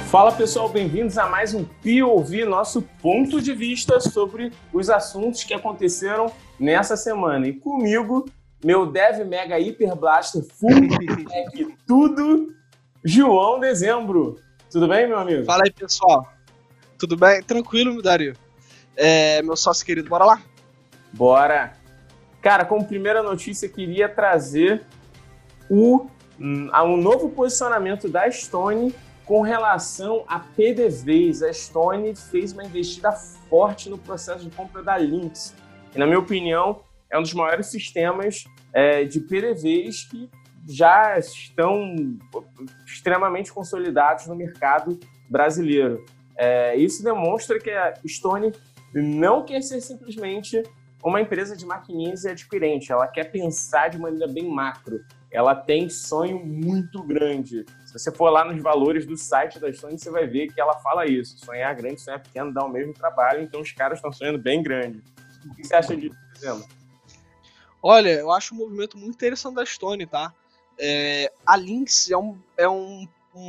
Fala pessoal, bem-vindos a mais um POV, nosso ponto de vista sobre os assuntos que aconteceram nessa semana. E comigo, meu Dev Mega Hyper Blaster Full Tech tudo, João Dezembro. Tudo bem, meu amigo? Fala aí, pessoal. Tudo bem? Tranquilo, Dario? Meu sócio querido, bora lá? Bora! Cara, como primeira notícia, queria trazer um novo posicionamento da Stone com relação a PDVs. A Stone fez uma investida forte no processo de compra da Lynx, que, na minha opinião, é um dos maiores sistemas de PDVs que já estão extremamente consolidados no mercado brasileiro. Isso demonstra que a Stone não quer ser simplesmente uma empresa de maquininhas e adquirente, ela quer pensar de maneira bem macro. Ela tem sonho muito grande. Se você for lá nos valores do site da Stone, você vai ver que ela fala isso. Sonhar grande, sonhar pequeno, dá o mesmo trabalho, então os caras estão sonhando bem grande. O que você acha disso, por exemplo? Olha, eu acho um movimento muito interessante da Stone, tá? A Lynx é um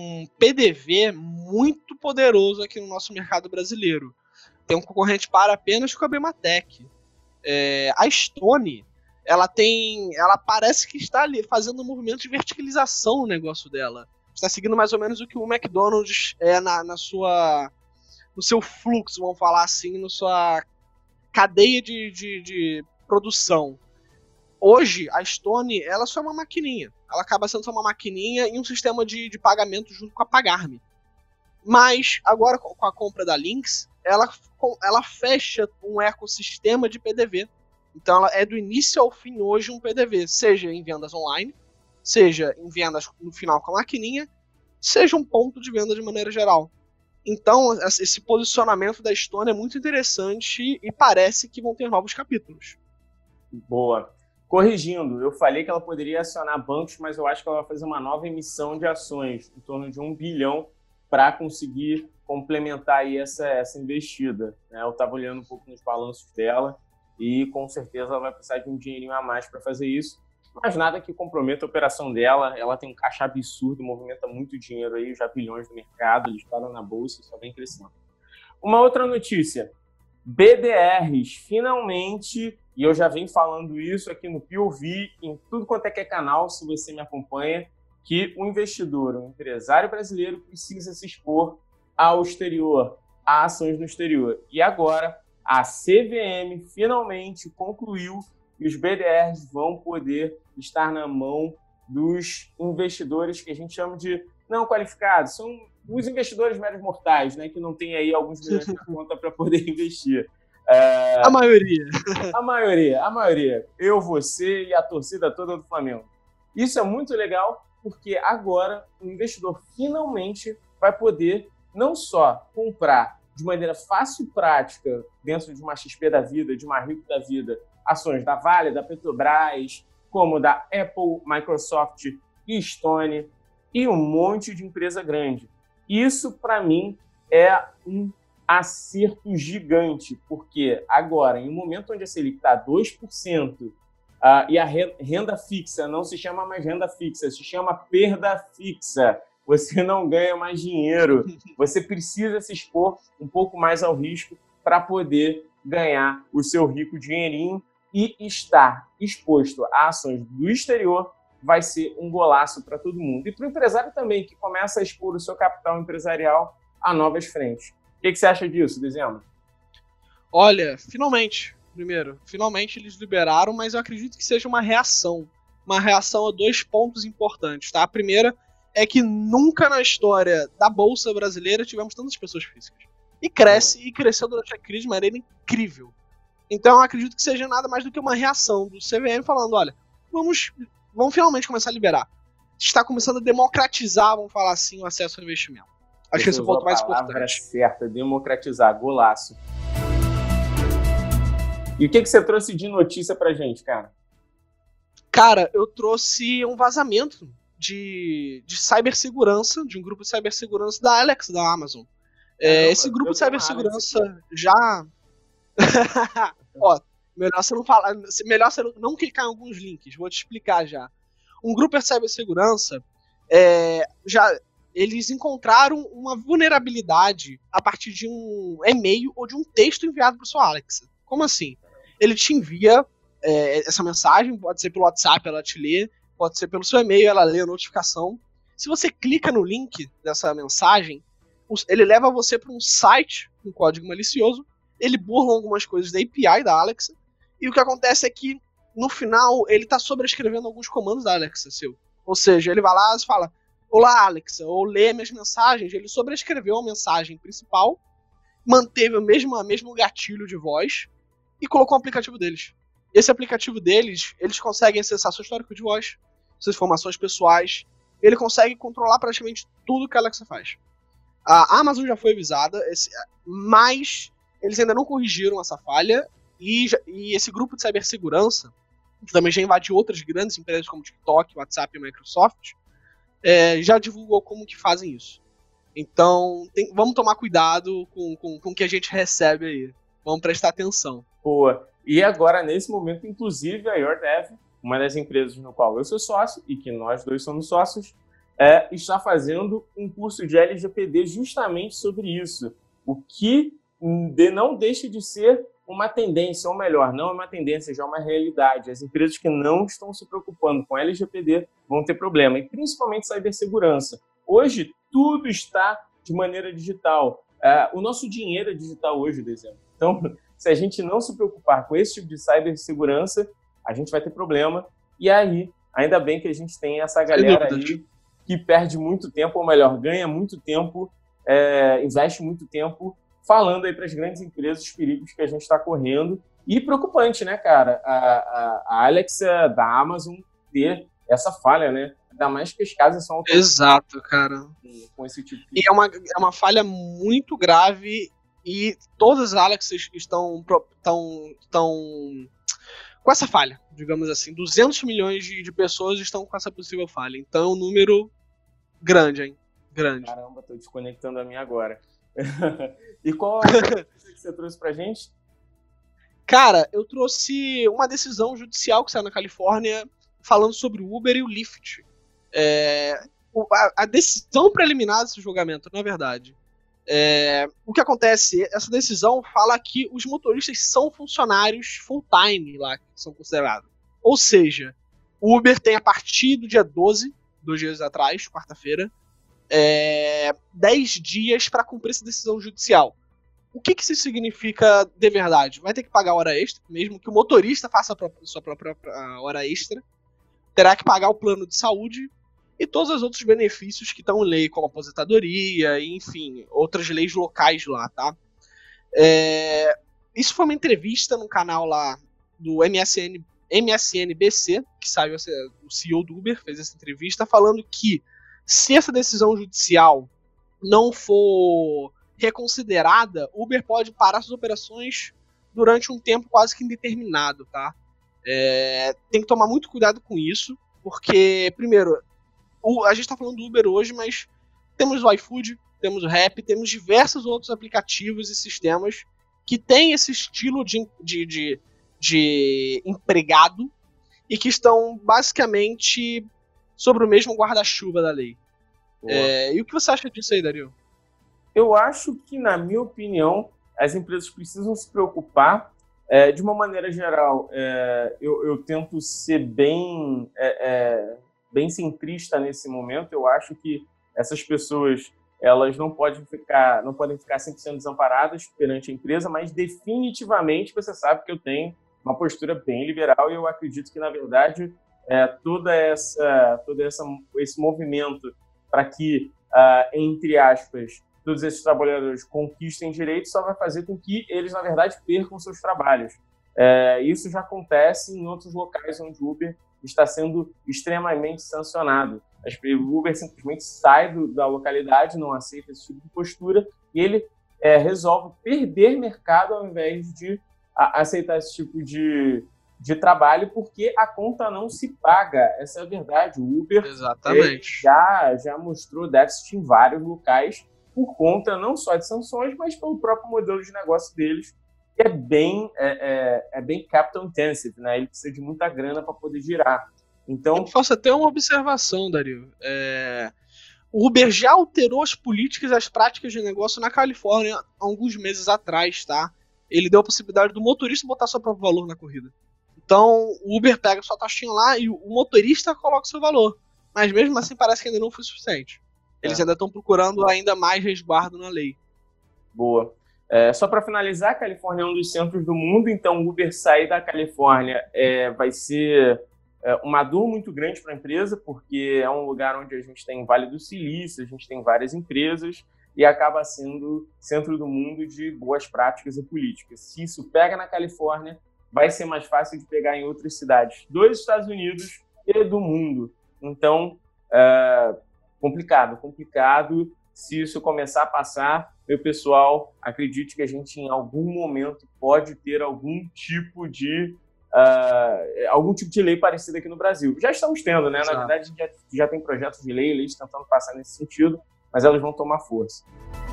PDV muito poderoso aqui no nosso mercado brasileiro. Tem um concorrente para apenas com a Bematec. A Stone, ela parece que está ali fazendo um movimento de verticalização no negócio dela. Está seguindo mais ou menos o que o McDonald's é no seu fluxo, vamos falar assim, na sua cadeia de produção. Hoje, a Stone, ela só é uma maquininha. Ela acaba sendo só uma maquininha e um sistema de pagamento junto com a Pagar.me. Mas, agora com a compra da Lynx, ela fecha um ecossistema de PDV. Então ela é do início ao fim hoje um PDV, seja em vendas online, seja em vendas no final com a maquininha, seja um ponto de venda de maneira geral. Então esse posicionamento da Stone é muito interessante e parece que vão ter novos capítulos. Boa. Corrigindo, eu falei que ela poderia acionar bancos, mas eu acho que ela vai fazer uma nova emissão de ações, em torno de 1 bilhão, para conseguir complementar aí essa investida. Eu estava olhando um pouco nos balanços dela, e com certeza ela vai precisar de um dinheirinho a mais para fazer isso, mas nada que comprometa a operação dela. Ela tem um caixa absurdo, movimenta muito dinheiro aí, já bilhões no mercado, listada na bolsa, só vem crescendo. Uma outra notícia, BDRs, finalmente, e eu já venho falando isso aqui no POV, em tudo quanto é que é canal, se você me acompanha, que o investidor, o empresário brasileiro precisa se expor ao exterior, a ações no exterior. E agora, a CVM finalmente concluiu que os BDRs vão poder estar na mão dos investidores que a gente chama de não qualificados. São os investidores médios mortais, né, que não têm aí alguns milhões na conta para poder investir. A maioria. A maioria. Eu, você e a torcida toda do Flamengo. Isso é muito legal porque agora o investidor finalmente vai poder não só comprar de maneira fácil e prática, dentro de uma XP da vida, de uma Rico da vida, ações da Vale, da Petrobras, como da Apple, Microsoft e Stone, e um monte de empresa grande. Isso, para mim, é um acerto gigante, porque agora, em um momento onde a Selic está 2%, e a renda fixa não se chama mais renda fixa, se chama perda fixa, você não ganha mais dinheiro, você precisa se expor um pouco mais ao risco para poder ganhar o seu rico dinheirinho, e estar exposto a ações do exterior vai ser um golaço para todo mundo. E para o empresário também, que começa a expor o seu capital empresarial a novas frentes. O que você acha disso, Dezembro? Olha, finalmente eles liberaram, mas eu acredito que seja uma reação a 2 pontos importantes, tá? A primeira é que nunca na história da Bolsa Brasileira tivemos tantas pessoas físicas. E cresceu durante a crise de maneira incrível. Então eu acredito que seja nada mais do que uma reação do CVM falando, olha, vamos finalmente começar a liberar. Está começando a democratizar, vamos falar assim, o acesso ao investimento. Acho que esse é o ponto mais importante. A palavra certa, democratizar, golaço. E o que você trouxe de notícia pra gente, cara? Cara, eu trouxe um vazamento de cibersegurança, de um grupo de cibersegurança da Alex, da Amazon. Esse grupo de cibersegurança já... Ó, melhor você não clicar em alguns links, vou te explicar já. Um grupo de cibersegurança já eles encontraram uma vulnerabilidade a partir de um e-mail ou de um texto enviado para sua Alexa. Como assim? Ele te envia essa mensagem, pode ser pelo WhatsApp, ela te lê, pode ser pelo seu e-mail, ela lê a notificação. Se você clica no link dessa mensagem, ele leva você para um site com código malicioso, ele burla algumas coisas da API da Alexa, e o que acontece é que, no final, ele está sobrescrevendo alguns comandos da Alexa seu. Ou seja, ele vai lá e fala, olá Alexa, ou lê minhas mensagens, ele sobrescreveu a mensagem principal, manteve o mesmo gatilho de voz, e colocou um aplicativo deles. Esse aplicativo deles, eles conseguem acessar seu histórico de voz, suas informações pessoais, ele consegue controlar praticamente tudo que a Alexa faz. A Amazon já foi avisada, mas eles ainda não corrigiram essa falha, e esse grupo de cibersegurança, que também já invadiu outras grandes empresas como TikTok, WhatsApp e Microsoft, já divulgou como que fazem isso. Então, vamos tomar cuidado com o que a gente recebe aí. Vamos prestar atenção. Boa. E agora, nesse momento, inclusive, a YourDev, uma das empresas no qual eu sou sócio e que nós dois somos sócios, está fazendo um curso de LGPD justamente sobre isso. O que não deixa de ser uma tendência, ou melhor, não é uma tendência, já é uma realidade. As empresas que não estão se preocupando com LGPD vão ter problema, e principalmente cibersegurança. Hoje, tudo está de maneira digital. O nosso dinheiro é digital hoje, por exemplo. Então, se a gente não se preocupar com esse tipo de cibersegurança, a gente vai ter problema. E aí, ainda bem que a gente tem essa galera aí que perde muito tempo, ou melhor, ganha muito tempo, investe muito tempo, falando aí para as grandes empresas os perigos que a gente está correndo. E preocupante, né, cara? A Alexa da Amazon ter essa falha, né? Ainda mais que as casas são... Exato, cara. Com esse tipo de... E é uma falha muito grave, e todas as Alexas estão com essa falha, digamos assim. 200 milhões de pessoas estão com essa possível falha. Então é um número grande, hein? Grande. Caramba, tô desconectando a minha agora. E qual a coisa que você trouxe pra gente? Cara, eu trouxe uma decisão judicial que saiu na Califórnia falando sobre o Uber e o Lyft. A decisão preliminar desse julgamento, na verdade. O que acontece? Essa decisão fala que os motoristas são funcionários full-time lá, que são considerados. Ou seja, o Uber tem a partir do dia 12, 2 dias atrás, quarta-feira, 10 dias para cumprir essa decisão judicial. O que isso significa de verdade? Vai ter que pagar hora extra, mesmo que o motorista faça sua própria hora extra. Terá que pagar o plano de saúde e todos os outros benefícios que estão em lei, como aposentadoria, e, enfim, outras leis locais lá, tá? Isso foi uma entrevista no canal lá do MSNBC, que saiu, o CEO do Uber fez essa entrevista, falando que se essa decisão judicial não for reconsiderada, Uber pode parar suas operações durante um tempo quase que indeterminado, tá? Tem que tomar muito cuidado com isso, porque, primeiro, a gente tá falando do Uber hoje, mas temos o iFood, temos o Rappi, temos diversos outros aplicativos e sistemas que têm esse estilo de empregado e que estão basicamente sobre o mesmo guarda-chuva da lei. E o que você acha disso aí, Dario? Eu acho que, na minha opinião, as empresas precisam se preocupar. De uma maneira geral, eu tento ser bem centrista nesse momento. Eu acho que essas pessoas elas não podem ficar 100% desamparadas perante a empresa, mas definitivamente você sabe que eu tenho uma postura bem liberal, e eu acredito que, na verdade, todo esse movimento para que, entre aspas, todos esses trabalhadores conquistem direitos só vai fazer com que eles, na verdade, percam seus trabalhos. Isso já acontece em outros locais onde o Uber está sendo extremamente sancionado. O Uber simplesmente sai da localidade, não aceita esse tipo de postura, e ele resolve perder mercado ao invés de aceitar esse tipo de trabalho, porque a conta não se paga. Essa é a verdade. O Uber já mostrou déficit em vários locais por conta não só de sanções, mas pelo próprio modelo de negócio deles, que é bem capital intensive, né? Ele precisa de muita grana para poder girar. Então, eu faço até uma observação, Dario. O Uber já alterou as políticas e as práticas de negócio na Califórnia há alguns meses atrás, tá? Ele deu a possibilidade do motorista botar seu próprio valor na corrida. Então, o Uber pega sua taxinha lá e o motorista coloca seu valor. Mas mesmo assim parece que ainda não foi suficiente. Eles ainda estão procurando ainda mais resguardo na lei. Boa. Só para finalizar, a Califórnia é um dos centros do mundo, então o Uber sair da Califórnia vai ser uma dor muito grande para a empresa, porque é um lugar onde a gente tem Vale do Silício, a gente tem várias empresas, e acaba sendo centro do mundo de boas práticas e políticas. Se isso pega na Califórnia, vai ser mais fácil de pegar em outras cidades dos Estados Unidos e do mundo. Então, complicado. Se isso começar a passar, meu pessoal, acredite que a gente em algum momento pode ter algum tipo de lei parecida aqui no Brasil. Já estamos tendo, né? Na verdade, já tem projetos de lei, leis tentando passar nesse sentido, mas elas vão tomar força.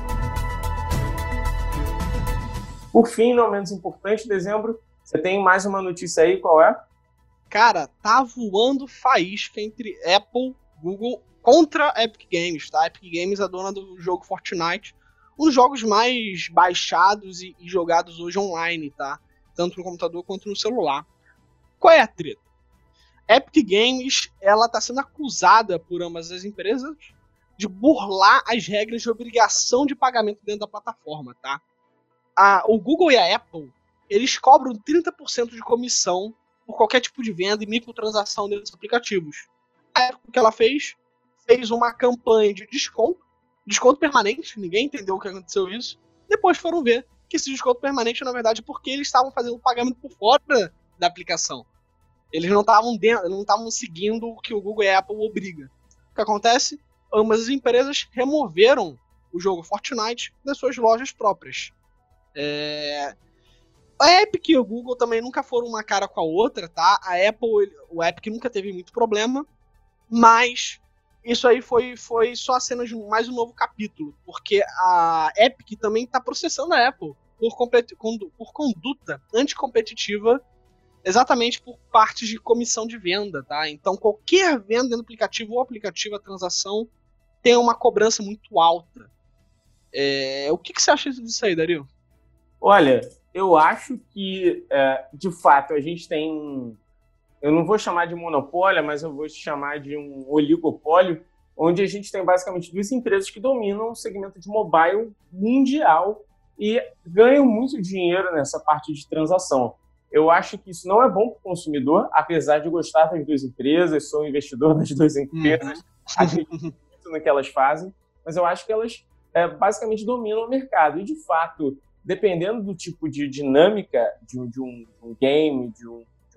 Por fim, não menos importante, dezembro, você tem mais uma notícia aí, qual é? Cara, tá voando faísca entre Apple, Google contra a Epic Games, tá? A Epic Games é a dona do jogo Fortnite, um dos jogos mais baixados e jogados hoje online, tá? Tanto no computador quanto no celular. Qual é a treta? A Epic Games, ela tá sendo acusada por ambas as empresas de burlar as regras de obrigação de pagamento dentro da plataforma, tá? O Google e a Apple, eles cobram 30% de comissão por qualquer tipo de venda e microtransação dentro dos aplicativos. A Apple, o que ela fez uma campanha de desconto permanente, ninguém entendeu o que aconteceu isso. Depois foram ver que esse desconto permanente, na verdade, é porque eles estavam fazendo o pagamento por fora da aplicação. Eles não estavam seguindo o que o Google e a Apple obrigam. O que acontece? Ambas as empresas removeram o jogo Fortnite das suas lojas próprias. A Epic e o Google também nunca foram uma cara com a outra, tá? O Epic nunca teve muito problema, mas isso aí foi só a cena de mais um novo capítulo, porque a Epic também está processando a Apple por conduta anticompetitiva, exatamente por partes de comissão de venda, tá? Então qualquer venda no aplicativo ou aplicativo, a transação, tem uma cobrança muito alta. O que você acha disso aí, Dario? Olha, eu acho que, de fato, a gente tem... Eu não vou chamar de monopólio, mas eu vou chamar de um oligopólio, onde a gente tem basicamente duas empresas que dominam o segmento de mobile mundial e ganham muito dinheiro nessa parte de transação. Eu acho que isso não é bom para o consumidor, apesar de gostar das duas empresas, sou investidor das duas empresas, acredito muito no que elas fazem, mas eu acho que elas basicamente dominam o mercado. E, de fato, dependendo do tipo de dinâmica de um game, de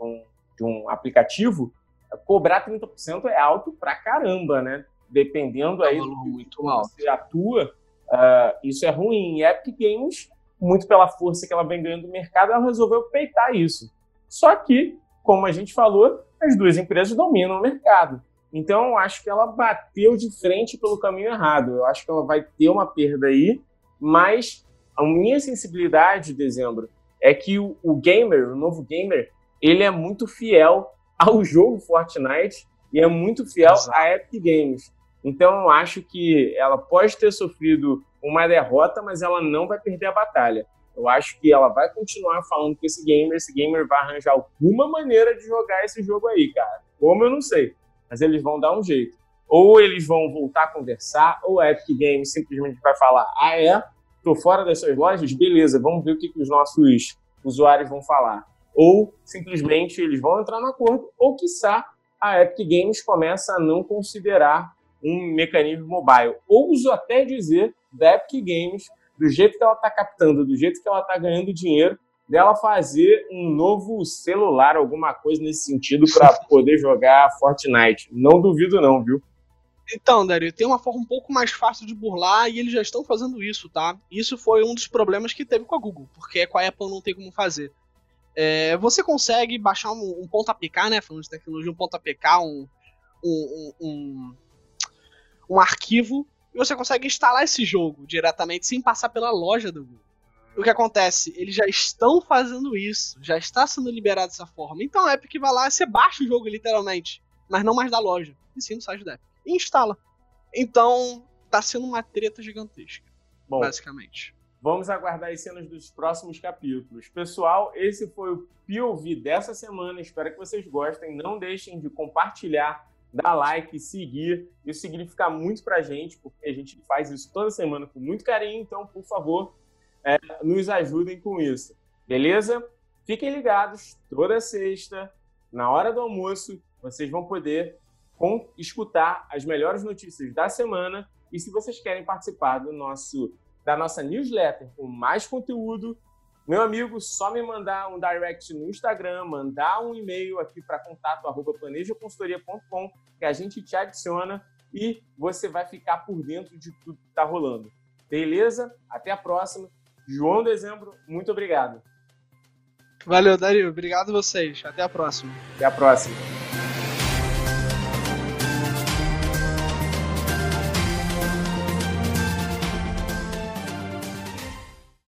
um aplicativo, cobrar 30% é alto pra caramba, né? Dependendo aí do que você atua, isso é ruim. E a Epic Games, muito pela força que ela vem ganhando no mercado, ela resolveu peitar isso. Só que, como a gente falou, as duas empresas dominam o mercado. Então, eu acho que ela bateu de frente pelo caminho errado. Eu acho que ela vai ter uma perda aí, mas a minha sensibilidade, dezembro, é que o novo gamer, ele é muito fiel ao jogo Fortnite e é muito fiel à Epic Games. Então, eu acho que ela pode ter sofrido uma derrota, mas ela não vai perder a batalha. Eu acho que ela vai continuar falando com esse gamer vai arranjar alguma maneira de jogar esse jogo aí, cara. Como eu não sei, mas eles vão dar um jeito. Ou eles vão voltar a conversar, ou a Epic Games simplesmente vai falar, tô fora das suas lojas? Beleza, vamos ver o que os nossos usuários vão falar. Ou simplesmente eles vão entrar no acordo, ou quiçá a Epic Games começa a não considerar um mecanismo mobile. Ouso até dizer da Epic Games, do jeito que ela está captando, do jeito que ela está ganhando dinheiro, dela fazer um novo celular, alguma coisa nesse sentido, para poder jogar Fortnite. Não duvido não, viu? Então, Dario, tem uma forma um pouco mais fácil de burlar e eles já estão fazendo isso, tá? Isso foi um dos problemas que teve com a Google, porque com a Apple não tem como fazer. Você consegue baixar um ponto APK, né? Falando de tecnologia, um ponto APK, um arquivo, e você consegue instalar esse jogo diretamente sem passar pela loja do Google. O que acontece? Eles já estão fazendo isso, já está sendo liberado dessa forma. Então a Epic vai lá e você baixa o jogo literalmente, mas não mais da loja, e sim no site da Epic. E instala. Então, tá sendo uma treta gigantesca, Bom, basicamente. Vamos aguardar as cenas dos próximos capítulos. Pessoal, esse foi o POV dessa semana. Espero que vocês gostem. Não deixem de compartilhar, dar like, seguir. Isso significa muito pra gente, porque a gente faz isso toda semana com muito carinho. Então, por favor, nos ajudem com isso. Beleza? Fiquem ligados. Toda sexta, na hora do almoço, vocês vão poder escutar as melhores notícias da semana. E se vocês querem participar da nossa newsletter com mais conteúdo, meu amigo, só me mandar um direct no Instagram, mandar um e-mail aqui para contato@planejaconsultoria.com, que a gente te adiciona e você vai ficar por dentro de tudo que está rolando. Beleza? Até a próxima. João Dezembro, muito obrigado. Valeu, Dario. Obrigado a vocês. Até a próxima. Até a próxima.